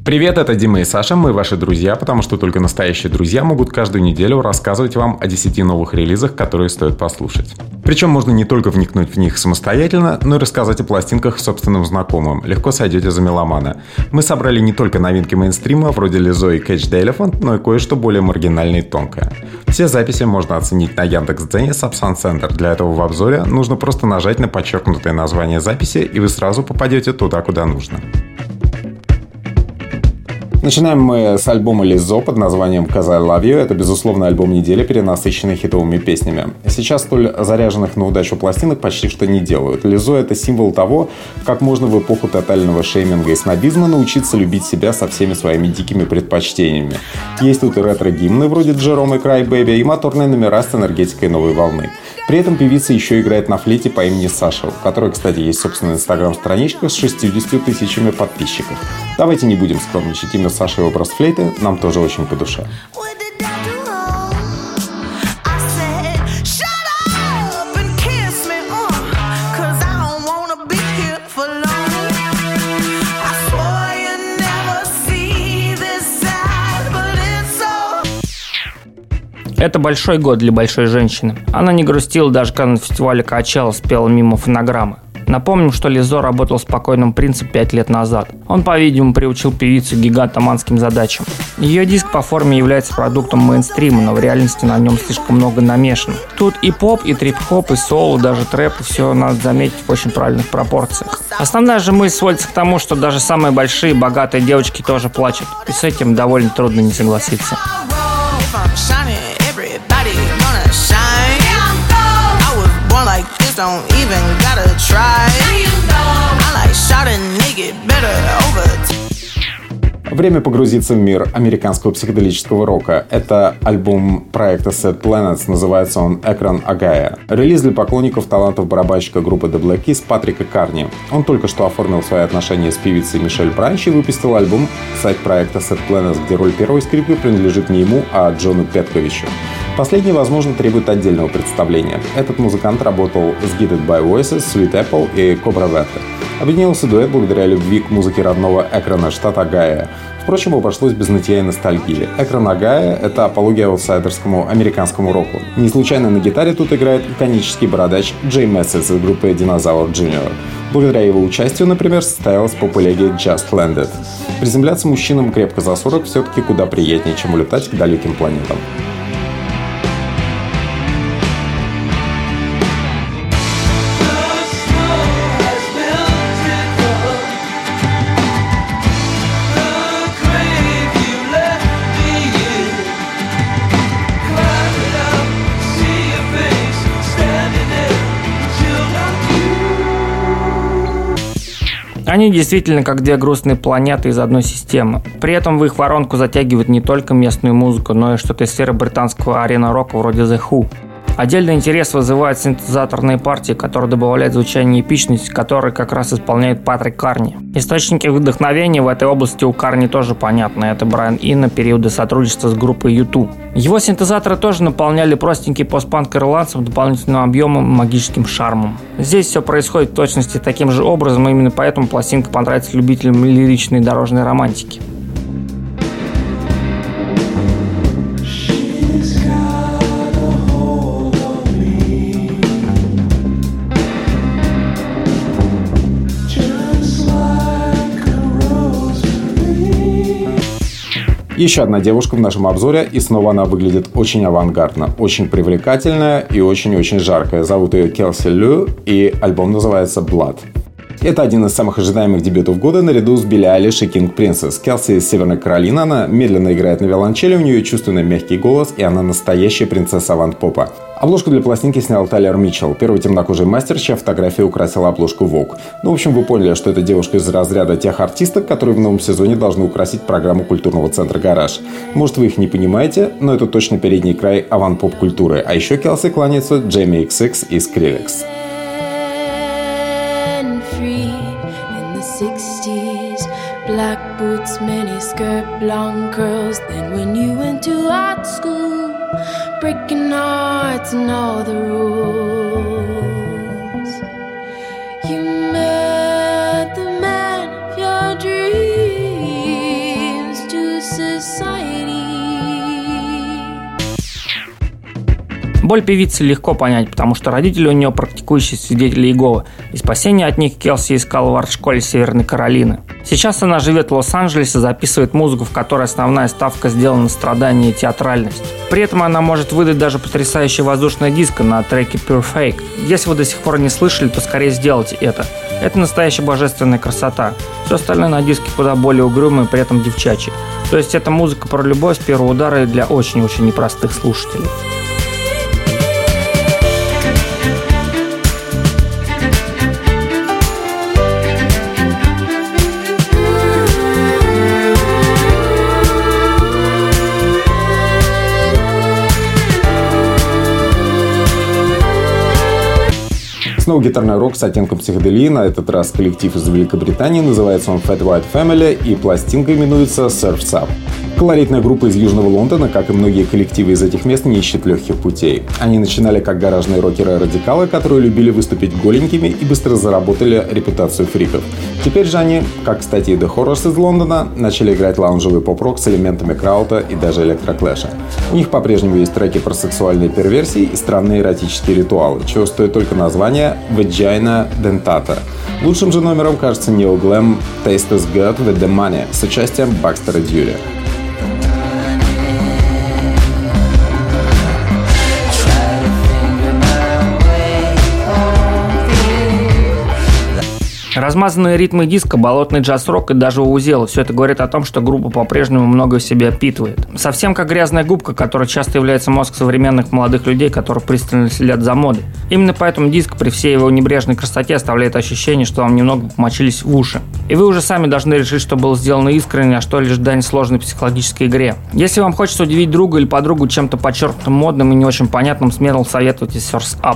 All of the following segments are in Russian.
Привет, это Дима и Саша, мы ваши друзья, потому что только настоящие друзья могут каждую неделю рассказывать вам о 10 новых релизах, которые стоит послушать. Причем можно не только вникнуть в них самостоятельно, но и рассказать о пластинках собственным знакомым. Легко сойдете за меломана. Мы собрали не только новинки мейнстрима, вроде Lizzo и Catch the Elephant, но и кое-что более маргинальное и тонкое. Все записи можно оценить на Яндекс.Дзене Subsound Center. Для этого в обзоре нужно просто нажать на подчеркнутое название записи, и вы сразу попадете туда, куда нужно. Начинаем мы с альбома Lizzo под названием «Cause I Love You». Это, безусловно, альбом недели, перенасыщенный хитовыми песнями. Сейчас столь заряженных на удачу пластинок почти что не делают. Lizzo — это символ того, как можно в эпоху тотального шейминга и снобизма научиться любить себя со всеми своими дикими предпочтениями. Есть тут и ретро-гимны вроде Jerome и Cry Baby, и моторные номера с энергетикой новой волны. При этом певица еще играет на флейте по имени Саша, у которой, кстати, есть собственная инстаграм-страничка с 60 тысячами подписчиков. Давайте не будем скромничать, имя Саши и образ флейты нам тоже очень по душе. Это большой год для большой женщины. Она не грустила, даже когда на фестивале Coachella спела мимо фонограммы. Напомним, что Lizzo работал с покойным принцем 5 лет назад. Он, по-видимому, приучил певицу к гигантоманским задачам. Ее диск по форме является продуктом мейнстрима, но в реальности на нем слишком много намешано. Тут и поп, и трип-хоп, и соул, даже трэп, и все, надо заметить, в очень правильных пропорциях. Основная же мысль сводится к тому, что даже самые большие, богатые девочки тоже плачут. И с этим довольно трудно не согласиться. Don't even gotta try. I like shot and naked better over. Время погрузиться в мир американского психоделического рока. Это альбом проекта Sad Planets, называется он Экран Агая. Релиз для поклонников талантов барабанщика группы The Black Keys Патрика Карни. Он только что оформил свои отношения с певицей Мишель Бранч и выпустил альбом сайт проекта Sad Planets, где роль первой скрипки принадлежит не ему, а Джону Петковичу. Последний, возможно, требует отдельного представления. Этот музыкант работал с Guided by Voices, Sweet Apple и Cobra Vette. Объединился дуэт благодаря любви к музыке родного Экрана, штата Огайо. Впрочем, обошлось без нытья и ностальгии. Экран Огайо — это апология аутсайдерскому американскому року. Не случайно на гитаре тут играет иконический бородач Джей Мессис из группы Dinosaur Jr. Благодаря его участию, например, состоялась поп-элегия Just Landed. Приземляться мужчинам крепко за 40 все-таки куда приятнее, чем улетать к далеким планетам. Они действительно как две грустные планеты из одной системы. При этом в их воронку затягивают не только местную музыку, но и что-то из сферы британского арена-рока вроде The Who. Отдельный интерес вызывают синтезаторные партии, которые добавляют звучание и эпичность, которые как раз исполняет Патрик Карни. Источники вдохновения в этой области у Карни тоже понятны. Это Брайан Инна периода сотрудничества с группой U2. Его синтезаторы тоже наполняли простенький постпанк ирландцев дополнительным объемом и магическим шармом. Здесь все происходит в точности таким же образом, и именно поэтому пластинка понравится любителям лиричной дорожной романтики. Еще одна девушка в нашем обзоре, и снова она выглядит очень авангардно, очень привлекательная и очень-очень жаркая. Зовут ее Келси Лю, и альбом называется Blood. Это один из самых ожидаемых дебютов года наряду с Билли Айлиш и King Princess. Келси из Северной Каролины, она медленно играет на виолончели, у нее чувственный мягкий голос, и она настоящая принцесса авант-попа. Обложку для пластинки снял Тайлер Митчелл, первый темнокожий мастер, чья фотография украсила обложку Vogue. Ну, в общем, вы поняли, что это девушка из разряда тех артисток, которые в новом сезоне должны украсить программу культурного центра «Гараж». Может, вы их не понимаете, но это точно передний край авант-поп-культуры. А еще Келси кланяется Джейми XX и Skrillex. Black boots, mini skirt, long curls. Then when you went to art school, breaking hearts and all the rules. You met the man of your dreams. Боль певицы легко понять, потому что родители у нее практикующие свидетели Иеговы, и спасение от них Келси искала в арт-школе Северной Каролины. Сейчас она живет в Лос-Анджелесе, записывает музыку, в которой основная ставка сделана на страдания и театральность. При этом она может выдать даже потрясающее воздушное диско на треке Pure Fake. Если вы до сих пор не слышали, то скорее сделайте это. Это настоящая божественная красота. Все остальное на диске куда более угрюмое, при этом девчачье. То есть это музыка про любовь с первого удара и для очень-очень непростых слушателей. Снова гитарный рок с оттенком психоделии, на этот раз коллектив из Великобритании, называется он Fat White Family, и пластинка именуется Surf's Up. Колоритная группа из Южного Лондона, как и многие коллективы из этих мест, не ищет легких путей. Они начинали как гаражные рокеры-радикалы, которые любили выступить голенькими и быстро заработали репутацию фриков. Теперь же они, как, кстати, и The Horrors из Лондона, начали играть лаунжевый поп-рок с элементами краута и даже электроклэша. У них по-прежнему есть треки про сексуальные перверсии и странные эротические ритуалы, чего стоит только название Vagina Dentata. Лучшим же номером кажется неоглэм Taste is Good with the Money с участием Бакстера Дьюри. Размазанные ритмы диска, болотный джаз-рок и даже вузелы – все это говорит о том, что группа по-прежнему много в себя впитывает. Совсем как грязная губка, которая часто является мозг современных молодых людей, которые пристально следят за модой. Именно поэтому диск при всей его небрежной красоте оставляет ощущение, что вам немного помочились в уши. И вы уже сами должны решить, что было сделано искренне, а что лишь дань сложной психологической игре. Если вам хочется удивить друга или подругу чем-то подчеркнутым, модным и не очень понятным, смело советуйте Surf's Up.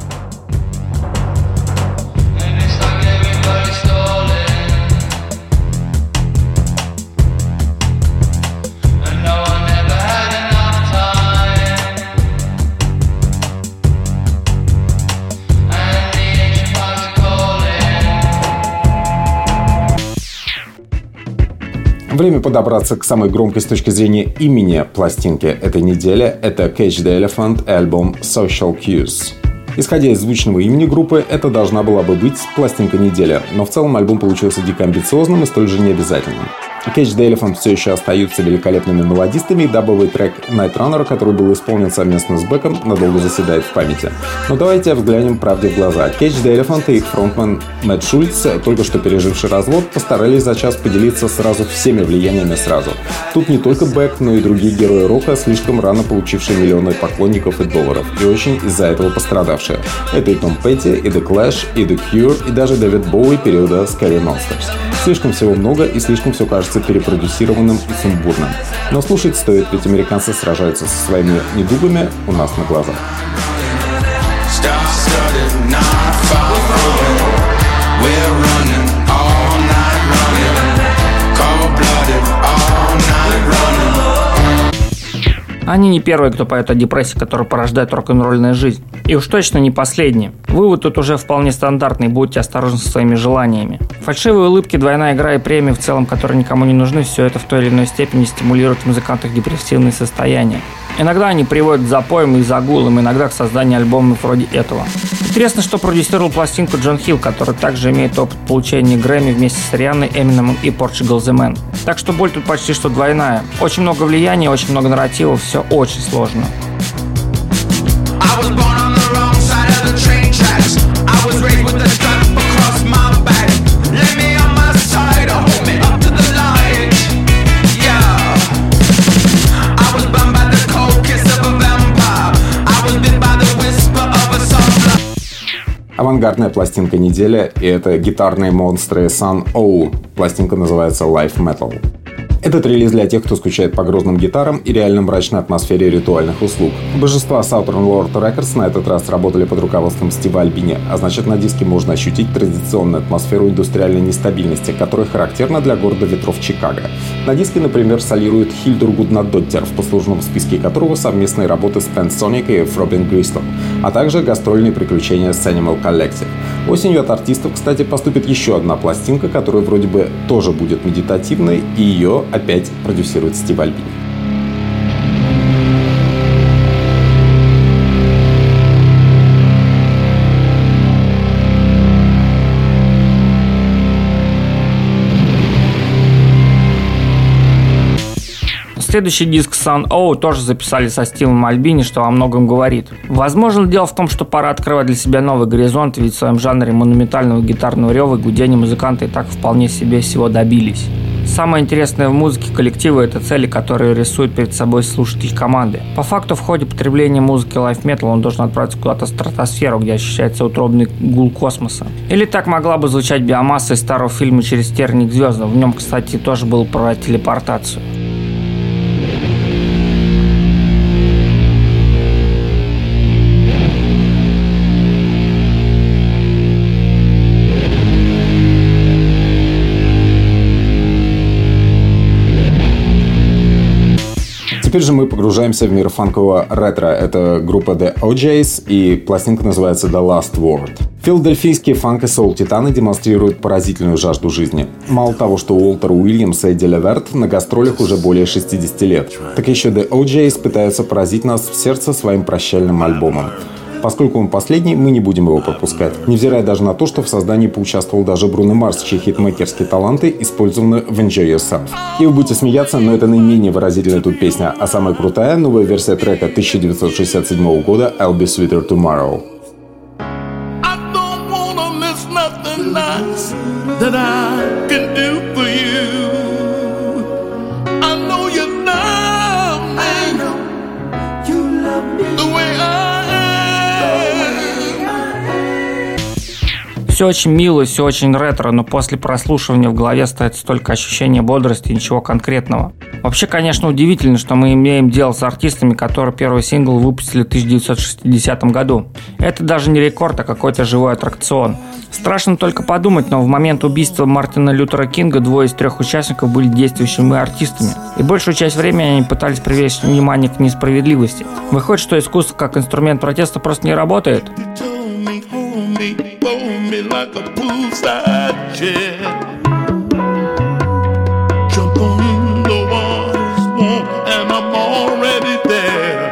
Время подобраться к самой громкой с точки зрения имени пластинки этой недели. Это Cage the Elephant и альбом Social Cues. Исходя из звучного имени группы, это должна была бы быть пластинка недели, но в целом альбом получился дико амбициозным и столь же необязательным. Cage the Elephant все еще остаются великолепными мелодистами, и дабовый трек Night Runner, который был исполнен совместно с Беком, надолго заседает в памяти. Но давайте взглянем правде в глаза. Cage the Elephant и их фронтмен Мэтт Шульц, только что переживший развод, постарались за час поделиться сразу всеми влияниями сразу. Тут не только Бек, но и другие герои рока, слишком рано получившие миллионы поклонников и долларов, и очень из-за этого пострадавшие. Это и Том Петти, и The Clash, и The Cure, и даже Дэвид Боуи периода Scary Monsters. Слишком всего много, и слишком все кажется перепродюсированным и сумбурным. Но слушать стоит, ведь американцы сражаются со своими недугами у нас на глазах. Они не первые, кто поет о депрессии, которая порождает рок-н-ролльная жизнь. И уж точно не последние. Вывод тут уже вполне стандартный, будьте осторожны со своими желаниями. Фальшивые улыбки, двойная игра и премии в целом, которые никому не нужны, все это в той или иной степени стимулирует в музыкантах депрессивные состояния. Иногда они приводят к запоям и загулам, иногда к созданию альбомов вроде этого. Интересно, что продюсировал пластинку Джон Хилл, который также имеет опыт получения Грэмми вместе с Рианной, Эминемом и Portugal The Man. Так что боль тут почти что двойная. Очень много влияния, очень много нарративов, все очень сложно. Авангардная пластинка недели, и это гитарные монстры Sun O. Пластинка называется Life Metal. Этот релиз для тех, кто скучает по грозным гитарам и реально мрачной атмосфере ритуальных услуг. Божества Southern Lord Records на этот раз работали под руководством Стива Альбини, а значит, на диске можно ощутить традиционную атмосферу индустриальной нестабильности, которая характерна для города ветров Чикаго. На диске, например, солирует Хильдур Гуднадоттер, в послужном списке которого совместные работы с Pensonic и Фробин Гристом, а также гастрольные приключения с Animal Collective. Осенью от артистов, кстати, поступит еще одна пластинка, которая вроде бы тоже будет медитативной, и ее опять продюсирует Стив Альбини. Следующий диск Sun O тоже записали со Стивом Альбини, что о многом говорит. Возможно, дело в том, что пора открывать для себя новый горизонт, ведь в своем жанре монументального гитарного рева и гудения музыканты и так вполне себе всего добились. Самое интересное в музыке коллектива – это цели, которые рисуют перед собой слушатель команды. По факту, в ходе потребления музыки Life Metal он должен отправиться куда-то в стратосферу, где ощущается утробный гул космоса. Или так могла бы звучать биомасса из старого фильма «Через тернии к звездам». В нем, кстати, тоже было про телепортацию. Теперь же мы погружаемся в мир фанкового ретро. Это группа The OJs, и пластинка называется The Last Word. Филадельфийские фанк и соул-титаны демонстрируют поразительную жажду жизни. Мало того, что Уолтер Уильямс и Эдди Леверт на гастролях уже более 60 лет, так еще The OJs пытаются поразить нас в сердце своим прощальным альбомом. Поскольку он последний, мы не будем его пропускать. Невзирая даже на то, что в создании поучаствовал даже Бруно Марс, чьи хитмейкерские таланты использованы в Enjoy Yourself. И вы будете смеяться, но это наименее выразительная тут песня, а самая крутая — новая версия трека 1967 года «I'll Be Sweeter Tomorrow». Все очень мило, все очень ретро, но после прослушивания в голове остается только ощущение бодрости и ничего конкретного. Вообще, конечно, удивительно, что мы имеем дело с артистами, которые первый сингл выпустили в 1960 году. Это даже не рекорд, а какой-то живой аттракцион. Страшно только подумать, но в момент убийства Мартина Лютера Кинга 2 из 3 участников были действующими артистами. И большую часть времени они пытались привлечь внимание к несправедливости. Выходит, что искусство как инструмент протеста просто не работает. Me like a poolside jet. Jump on the water's warm and I'm already there.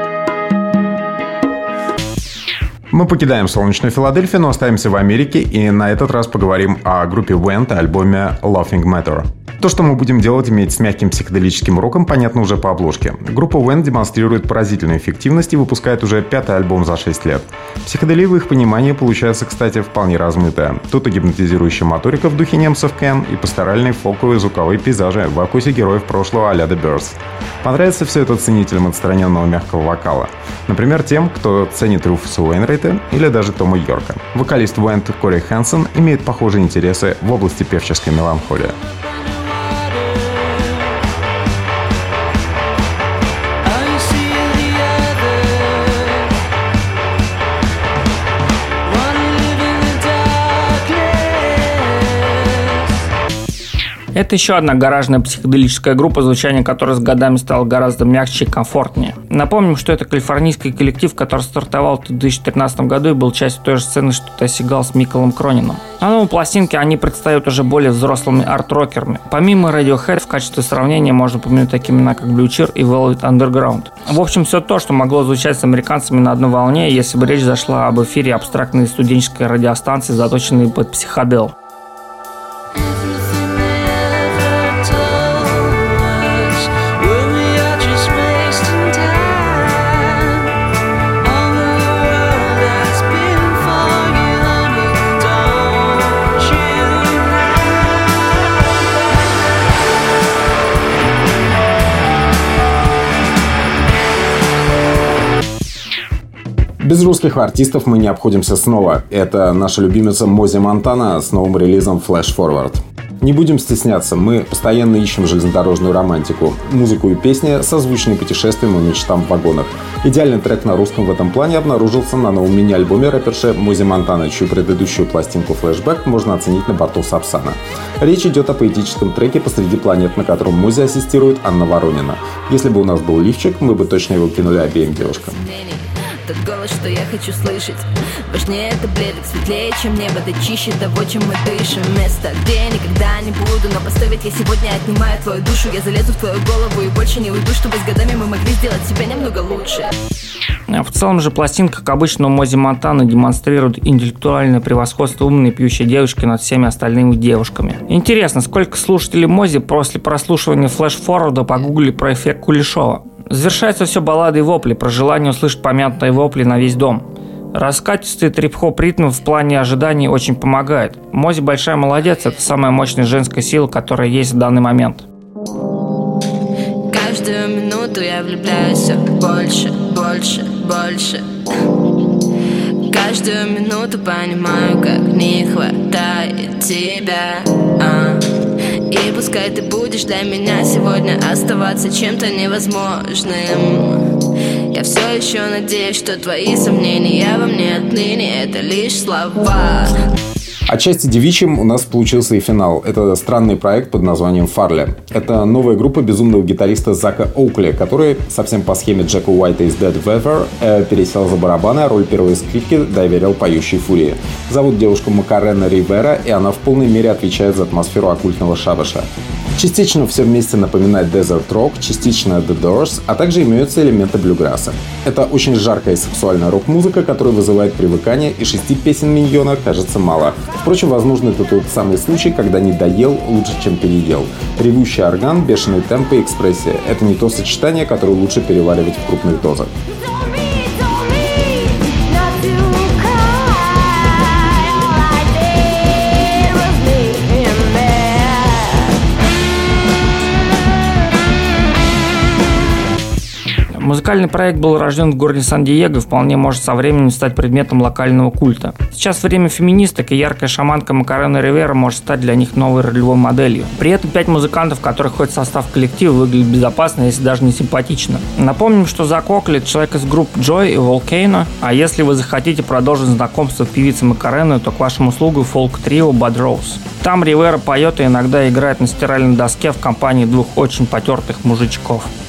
Мы покидаем солнечную Филадельфию, но остаемся в Америке, и на этот раз поговорим о группе Went и альбоме Laughing Matter. То, что мы будем делать, имеет с мягким психоделическим роком, понятно уже по обложке. Группа Went демонстрирует поразительную эффективность и выпускает уже 5-й альбом за 6 лет. Психоделия в их понимании получается, кстати, вполне размытая. Тут и гипнотизирующая моторика в духе немцев Кен, и пасторальные фолковые звуковые пейзажи в вкусе героев прошлого а-ля The Birds. Понравится все это ценителям отстраненного мягкого вокала. Например, тем, кто ценит Руфуса Уэйнрайта или даже Тома Йорка. Вокалист Went Кори Хэнсон имеет похожие интересы в области певческой меланхолии. Это еще одна гаражная психоделическая группа, звучание которой с годами стало гораздо мягче и комфортнее. Напомним, что это калифорнийский коллектив, который стартовал в 2013 году и был частью той же сцены, что Тесси Галл с Миколом Кронином. На новой пластинке они предстают уже более взрослыми арт-рокерами. Помимо Radiohead, в качестве сравнения можно упомянуть такие имена, как Blue Cheer и Velvet Underground. В общем, все то, что могло звучать с американцами на одной волне, если бы речь зашла об эфире абстрактной студенческой радиостанции, заточенной под психодел. Без русских артистов мы не обходимся снова. Это наша любимица Мози Монтана с новым релизом Flash Forward. Не будем стесняться, мы постоянно ищем железнодорожную романтику, музыку и песни, созвучные путешествиям и мечтам в вагонах. Идеальный трек на русском в этом плане обнаружился на новом мини-альбоме рэперши Мози Монтана, чью предыдущую пластинку Flashback можно оценить на борту Сапсана. Речь идет о поэтическом треке «Посреди планет», на котором Мози ассистирует Анна Воронина. Если бы у нас был лифчик, мы бы точно его кинули обеим девушкам. тот голос, что я хочу слышать. Важнее таблеток, светлее, чем небо, да чище того, чем мы дышим. Место, где я никогда не буду, но поставить я сегодня отнимаю твою душу. Я залезу в твою голову и больше не уйду, чтобы с годами мы могли сделать себя немного лучше. В целом же пластинка, как обычно, у Мози Монтана демонстрирует интеллектуальное превосходство умной пьющей девушки над всеми остальными девушками. Интересно, сколько слушателей Мози после прослушивания флеш-форварда погуглили про эффект Кулешова. Завершается все балладой вопли, про желание услышать помянутые вопли на весь дом. Раскатистый трип-хоп ритм в плане ожиданий очень помогает. Мози большая молодец, это самая мощная женская сила, которая есть в данный момент. Каждую минуту я влюбляюсь все больше, больше, больше. Каждую минуту понимаю, как не хватает тебя. И пускай ты будешь для меня сегодня оставаться чем-то невозможным, я все еще надеюсь, что твои сомнения во мне отныне это лишь слова. Отчасти девичьим у нас получился и финал. Это странный проект под названием Farley. Это новая группа безумного гитариста Зака Оукли, который, совсем по схеме Джека Уайта из Dead Weather, пересел за барабаны, а роль первой скрипки доверил поющей Фурии. Зовут девушку Макарена Ривера, и она в полной мере отвечает за атмосферу оккультного шабаша. Частично все вместе напоминает Desert Rock, частично The Doors, а также имеются элементы блюграсса. Это очень жаркая и сексуальная рок-музыка, которая вызывает привыкание, и 6 песен Миньона кажется мало. Впрочем, возможно, это тот самый случай, когда не доел лучше, чем переел. Ревущий орган, бешеный темп и экспрессия – это не то сочетание, которое лучше переваривать в крупных дозах. Музыкальный проект был рожден в городе Сан-Диего и вполне может со временем стать предметом локального культа. Сейчас время феминисток, и яркая шаманка Макарена Ривера может стать для них новой ролевой моделью. При этом 5 музыкантов, которые входят в состав коллектива, выглядят безопасно, если даже не симпатично. Напомним, что Зак Оукли – человек из групп Joy и Volcano, а если вы захотите продолжить знакомство певицы Макарены, то к вашим услугам фолк-трио Bad Rose. Там Ривера поет и иногда играет на стиральной доске в компании 2 очень потертых мужичков.